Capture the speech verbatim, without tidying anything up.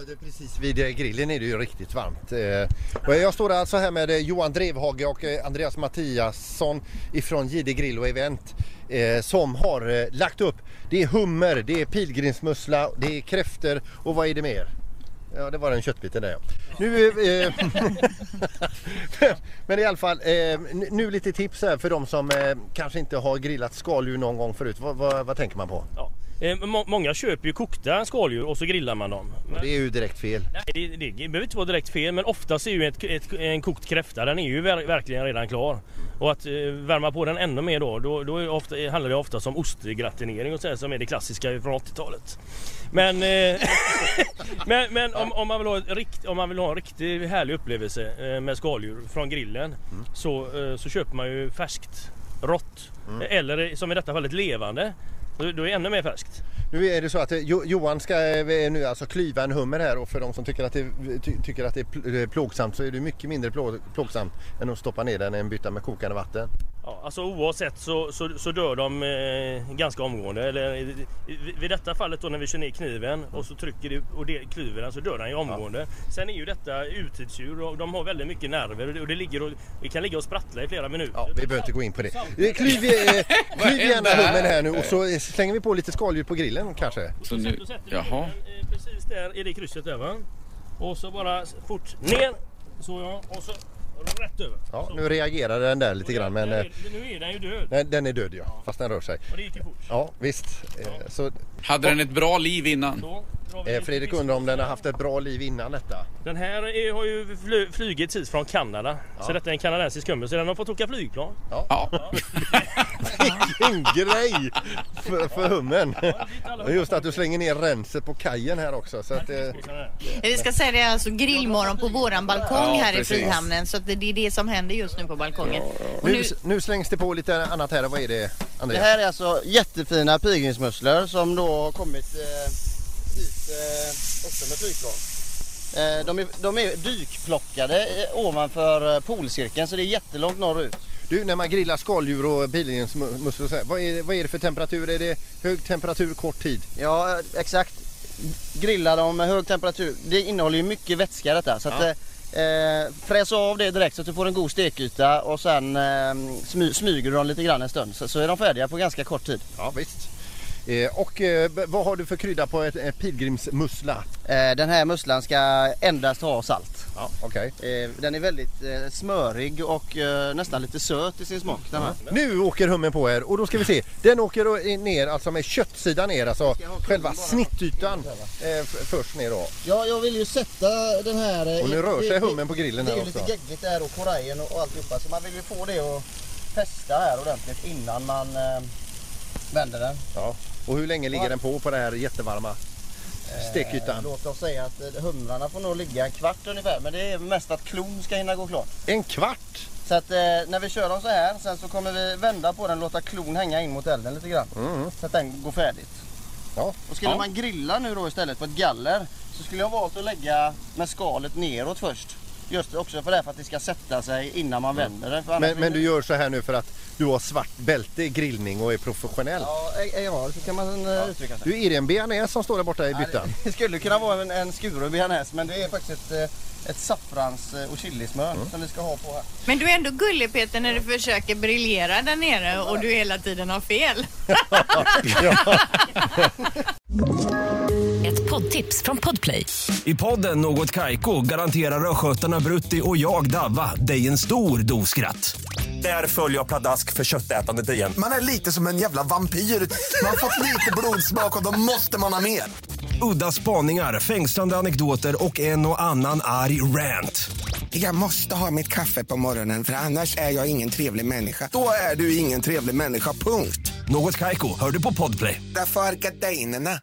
det precis vid grillen är det ju riktigt varmt. Eh, jag står alltså här med Johan Drevhage och Andreas Mattiasson ifrån J D Grill och Event eh, som har eh, lagt upp. Det är hummer, det är pilgrimsmussla, det är kräftor och vad är det mer? Ja, det var en köttbiten där. Nu, eh, men i alla fall, eh, nu lite tips här för de som eh, kanske inte har grillat skaldjur någon gång förut. Vad, vad, vad tänker man på? Ja. Eh, må- många köper ju kokta skaldjur och så grillar man dem. Men, det är ju direkt fel. Nej, det, det, det behöver inte vara direkt fel, men oftast är ju ett, ett, en kokt kräfta, den är ju ver- verkligen redan klar. Och att eh, värma på den ännu mer då, då, då är ofta, handlar det ofta om ostgratinering och så här, som är det klassiska från åttiotalet. Men, eh, men, men om, om, man vill ha ett rikt, om man vill ha en riktigt härlig upplevelse eh, med skaldjur från grillen mm. så, eh, så köper man ju färskt, rått mm. eller som i detta fallet levande. Då, då är det ännu mer färskt. Nu är det så att Johan ska nu alltså klyva en hummer här, och för de som tycker att det, ty, tycker att det är plågsamt så är det mycket mindre plå, plågsamt än att stoppa ner den i en bytta med kokande vatten. Ja, alltså oavsett så, så, så dör de eh, ganska omgående. Eller, i, vid detta fallet då när vi kör ner kniven och så trycker det och det klyver den, så dör den ju omgående. Ja. Sen är ju detta urtidsdjur och de har väldigt mycket nerver och det, ligger och, det kan ligga och sprattla i flera minuter. Ja, vi behöver inte gå in på det. Klyv, eh, klyv gärna hummen här nu och så slänger vi på lite skaldjur på grillen kanske. Ja. Så nu, så sätter vi den, eh, precis där i det krysset där, va? Och så bara fort ner, så ja, och så rätt över. Ja, nu reagerar den där lite grann, men är, nu är den ju död. Den, den är död, ja, ja, fast den rör sig. Och det gick ju fort. Ja, visst. Ja. Så, hade den ett bra liv innan? Så, Fredrik undrar om den har haft ett bra liv innan detta. Den här är, har ju fly, flygit hit från Kanada. Ja. Så detta är en kanadensisk hummer, så den har fått åka flygplan. Ja. Ja. Vilken grej för, för hummen. Och just att du slänger ner renset på kajen här också. Så att, eh, Vi ska säga det är alltså grillmorgon på våran balkong ja, här precis. i Frihamnen. Så att det är det som händer just nu på balkongen. Ja, ja. Och nu, nu... nu slängs det på lite annat här. Vad är det, Andreas? Det här är alltså jättefina pilgrimsmusslor som då har kommit eh, hit eh, också med flygplan. Eh, de, är, de är dykplockade eh, ovanför eh, polcirkeln, så det är jättelångt norrut. Du, när man grillar skaldjur och pilgrimsmusslor, så här, vad, är, vad är det för temperatur? Är det hög temperatur kort tid? Ja, exakt. Grilla dem med hög temperatur. Det innehåller ju mycket vätska detta. Så att, ja. eh, fräsa av det direkt så att du får en god stekyta och sen eh, smy, smyger du dem lite grann en stund. Så, så är de färdiga på ganska kort tid. Ja, visst. Eh, och eh, vad har du för krydda på ett, ett pilgrimsmussla? Eh, den här musslan ska endast ha salt. Ja, okej. Okay. Eh, den är väldigt eh, smörig och eh, nästan lite söt i sin smak. Den här. Mm. Nu åker hummen på er och då ska vi se. Den åker ner alltså med köttsidan ner, alltså själva snittytan eh, först ner då. Ja, jag vill ju sätta den här... Och nu rör sig hummen på grillen här också. Det är ju lite geggigt där och korajen och alltihopa, så man vill ju få det att fästa här ordentligt innan man eh, vänder den. Ja. Och hur länge ligger den på på det här jättevarma stekytan? Eh, låt oss säga att humrarna får nog ligga en kvart ungefär, men det är mest att klon ska hinna gå klart. En kvart? Så att eh, när vi kör dem så här, sen så kommer vi vända på den och låta klon hänga in mot elden lite grann. Mm. Så att den går färdigt. Ja. Och skulle ja. man grilla nu då istället på ett galler, så skulle jag valt att lägga med skalet neråt först. Just också för det, för att det ska sätta sig innan man mm. vänder den. Men, men du gör så här nu för att du har svart bälte i grillning och är professionell? Ja, ja, så kan man ja. uttrycka sig. Du, är det en bearnaise som står där borta i byttan? Ja, det, det skulle kunna vara en, en skuren bearnaise, men det är faktiskt ett, ett saffrans och chilismör mm. som vi ska ha på här. Men du är ändå gullig, Peter, när du försöker briljera där nere och du hela tiden har fel. Ett poddtips från Podplay. I podden Något Kaiko garanterar röskötarna Brutti och jag Davva dig en stor doskratt. Där följer jag pladask för köttätandet igen. Man är lite som en jävla vampyr. Man har fått lite blodsmak och då måste man ha mer. Udda spaningar, fängslande anekdoter och en och annan arg rant. Jag måste ha mitt kaffe på morgonen, för annars är jag ingen trevlig människa. Då är du ingen trevlig människa, punkt. Något Kaiko, hör du på Podplay. Därför är gardinerna.